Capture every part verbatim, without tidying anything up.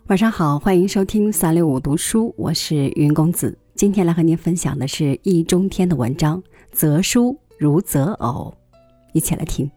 晚上好，欢迎收听三六五读书，我是云公子。今天来和您分享的是易中天的文章，择书如择偶，一起来听。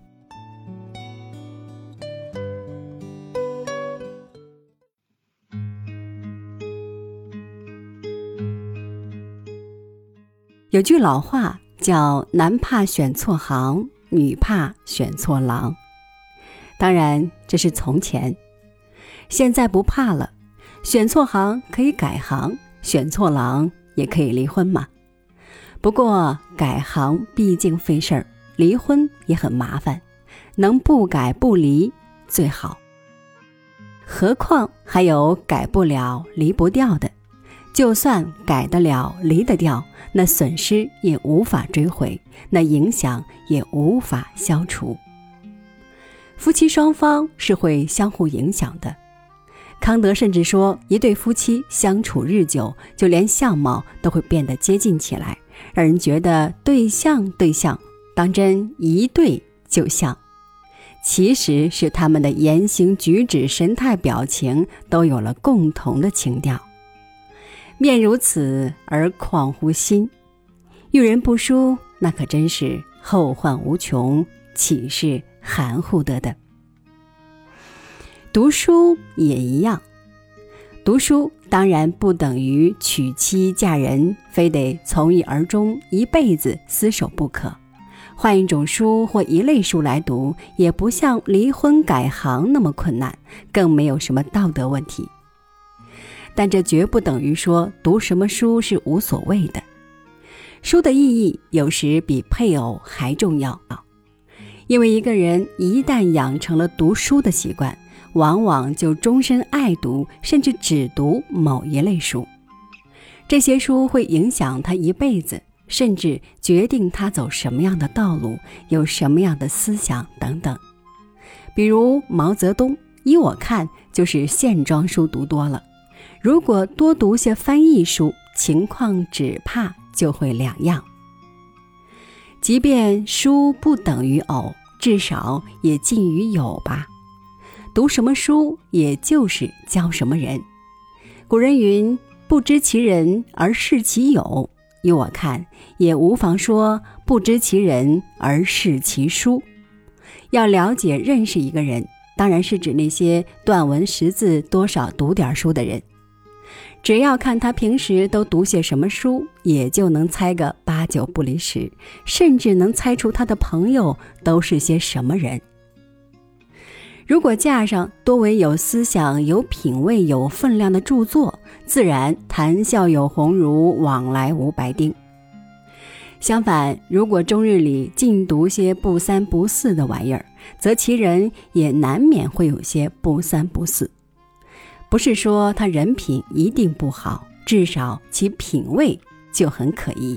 有句老话叫男怕选错行，女怕选错郎。当然这是从前，现在不怕了，选错行可以改行，选错郎也可以离婚嘛。不过改行毕竟费事儿，离婚也很麻烦，能不改不离最好。何况还有改不了离不掉的，就算改得了离得掉，那损失也无法追回，那影响也无法消除。夫妻双方是会相互影响的。康德甚至说，一对夫妻相处日久，就连相貌都会变得接近起来，让人觉得对象对象，当真一对就像。其实是他们的言行举止神态表情都有了共同的情调。面如此而况乎心，遇人不淑，那可真是后患无穷，岂是含糊得的。读书也一样，读书当然不等于娶妻嫁人，非得从一而终，一辈子厮守不可。换一种书或一类书来读，也不像离婚改行那么困难，更没有什么道德问题。但这绝不等于说读什么书是无所谓的。书的意义有时比配偶还重要，因为一个人一旦养成了读书的习惯，往往就终身爱读，甚至只读某一类书。这些书会影响他一辈子，甚至决定他走什么样的道路，有什么样的思想等等。比如毛泽东，依我看就是线装书读多了，如果多读些翻译书，情况只怕就会两样。即便书不等于偶，至少也近于有吧。读什么书，也就是交什么人。古人云，不知其人而视其友，依我看也无妨说不知其人而视其书。要了解认识一个人，当然是指那些断文识字多少读点书的人。只要看他平时都读些什么书，也就能猜个八九不离十，甚至能猜出他的朋友都是些什么人。如果架上多为有思想、有品味、有分量的著作，自然谈笑有鸿儒，往来无白丁。相反，如果终日里尽读些不三不四的玩意儿，则其人也难免会有些不三不四。不是说他人品一定不好，至少其品味就很可疑。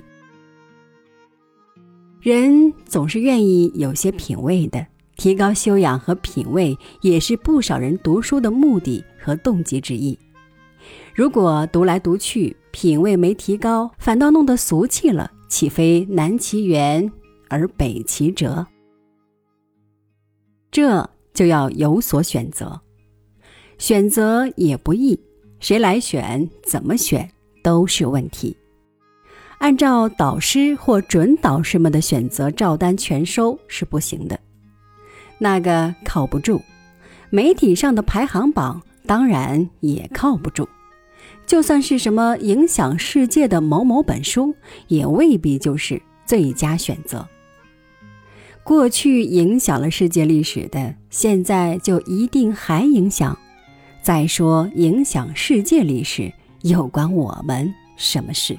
人总是愿意有些品味的，提高修养和品味也是不少人读书的目的和动机之一。如果读来读去，品味没提高，反倒弄得俗气了，岂非南其源而北其哲？这就要有所选择。选择也不易，谁来选，怎么选，都是问题。按照导师或准导师们的选择照单全收是不行的，那个靠不住。媒体上的排行榜当然也靠不住，就算是什么影响世界的某某本书，也未必就是最佳选择。过去影响了世界历史的，现在就一定还影响？再说影响世界历史，又关我们什么事？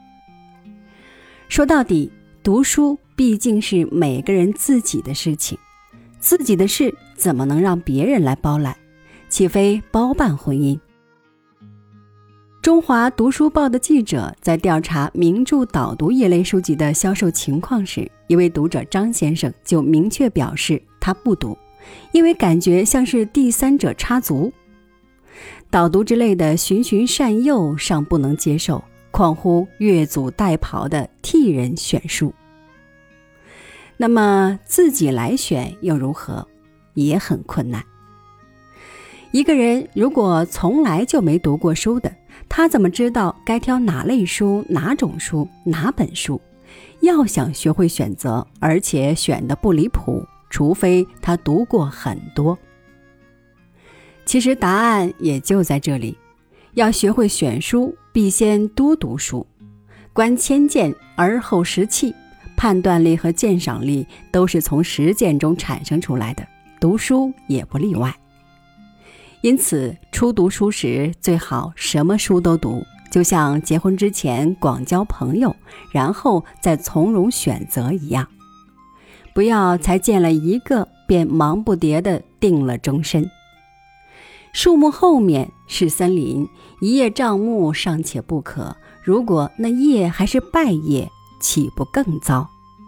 说到底，读书毕竟是每个人自己的事情，自己的事怎么能让别人来包揽？岂非包办婚姻？中华读书报的记者在调查名著导读一类书籍的销售情况时，一位读者张先生就明确表示他不读，因为感觉像是第三者插足。导读之类的循循善诱尚不能接受，况乎越俎代庖的替人选书。那么自己来选又如何？也很困难。 一个人如果从来就没读过书的，他怎么知道该挑哪类书、哪种书、哪本书？要想学会选择，而且选得不离谱，除非他读过很多。其实答案也就在这里，要学会选书，必先多读书。观千件而后识器，判断力和鉴赏力都是从实践中产生出来的，读书也不例外。因此初读书时最好什么书都读，就像结婚之前广交朋友，然后再从容选择一样。不要才见了一个便忙不迭地定了终身。树木后面是森林，一叶障目尚且不可，如果那叶还是败叶，岂不更糟？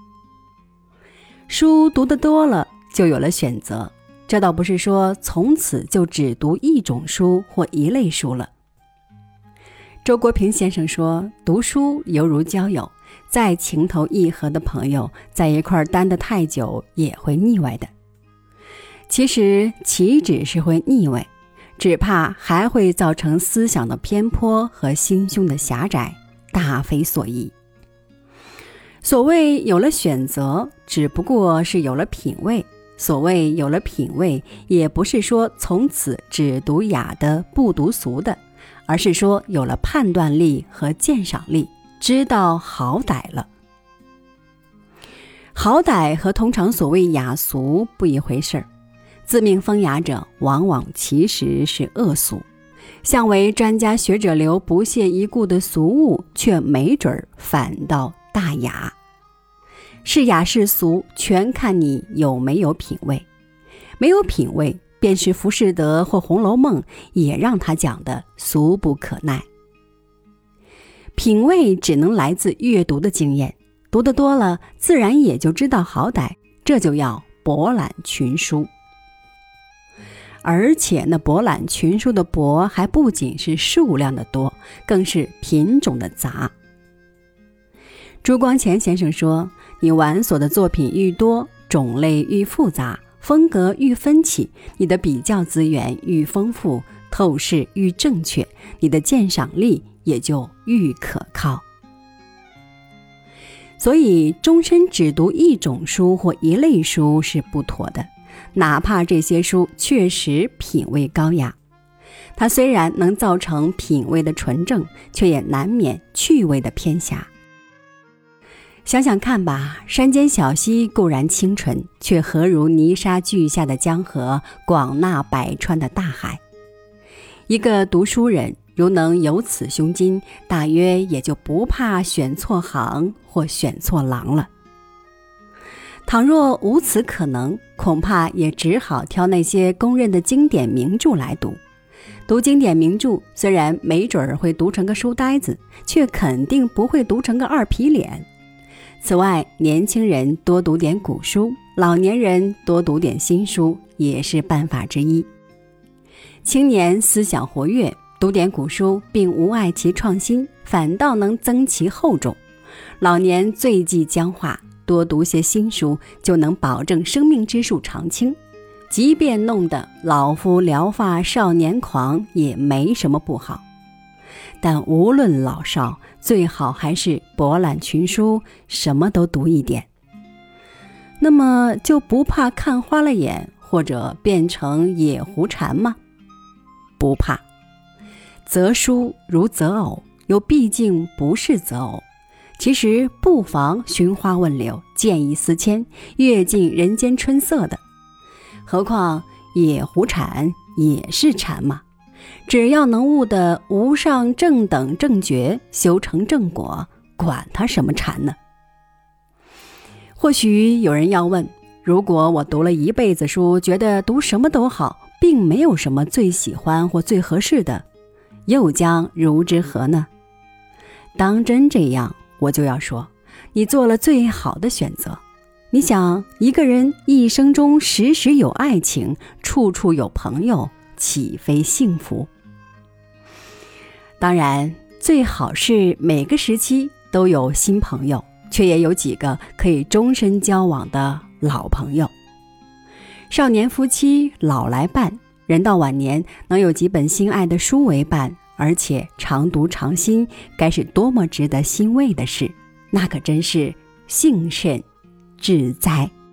书读得多了，就有了选择，这倒不是说从此就只读一种书或一类书了。周国平先生说，读书犹如交友，再情投意合的朋友，在一块待得太久也会腻歪的。其实岂止是会腻歪，只怕还会造成思想的偏颇和心胸的狭窄，大非所宜。所谓有了选择，只不过是有了品味。所谓有了品味，也不是说从此只读雅的不读俗的，而是说有了判断力和鉴赏力，知道好歹了。好歹和通常所谓雅俗不一回事儿，自命风雅者往往其实是恶俗，像为专家学者流不屑一顾的俗物，却没准儿反倒大雅。是雅是俗，全看你有没有品味。没有品味，便是浮士德或红楼梦也让他讲的俗不可耐。品味只能来自阅读的经验，读得多了，自然也就知道好歹，这就要博览群书。而且那博览群书的博，还不仅是数量的多，更是品种的杂。朱光潜先生说，你玩所的作品愈多，种类愈复杂，风格愈分歧，你的比较资源愈丰富，透视愈正确，你的鉴赏力也就愈可靠。所以终身只读一种书或一类书是不妥的，哪怕这些书确实品味高雅，它虽然能造成品味的纯正，却也难免趣味的偏狭。想想看吧，山间小溪固然清纯，却何如泥沙俱下的江河，广纳百川的大海。一个读书人如能有此胸襟，大约也就不怕选错行或选错郎了。倘若无此可能，恐怕也只好挑那些公认的经典名著来读。读经典名著，虽然没准儿会读成个书呆子，却肯定不会读成个二皮脸。此外，年轻人多读点古书，老年人多读点新书，也是办法之一。青年思想活跃，读点古书并无碍其创新，反倒能增其厚重。老年最忌僵化，多读些新书，就能保证生命之树长青。即便弄得老夫聊发少年狂，也没什么不好。但无论老少，最好还是博览群书，什么都读一点。那么就不怕看花了眼，或者变成野狐禅吗？不怕。择书如择偶，又毕竟不是择偶，其实不妨寻花问柳，见异思迁，阅尽人间春色的。何况野狐禅也是禅嘛，只要能悟得无上正等正觉，修成正果，管他什么禅呢？或许有人要问，如果我读了一辈子书，觉得读什么都好，并没有什么最喜欢或最合适的，又将如之何呢？当真这样，我就要说，你做了最好的选择。你想，一个人一生中时时有爱情，处处有朋友，岂非幸福？当然，最好是每个时期都有新朋友，却也有几个可以终身交往的老朋友。少年夫妻老来伴， 人到晚年能有几本心爱的书为伴，而且常读常新，该是多么值得欣慰的事，那可真是幸甚至哉。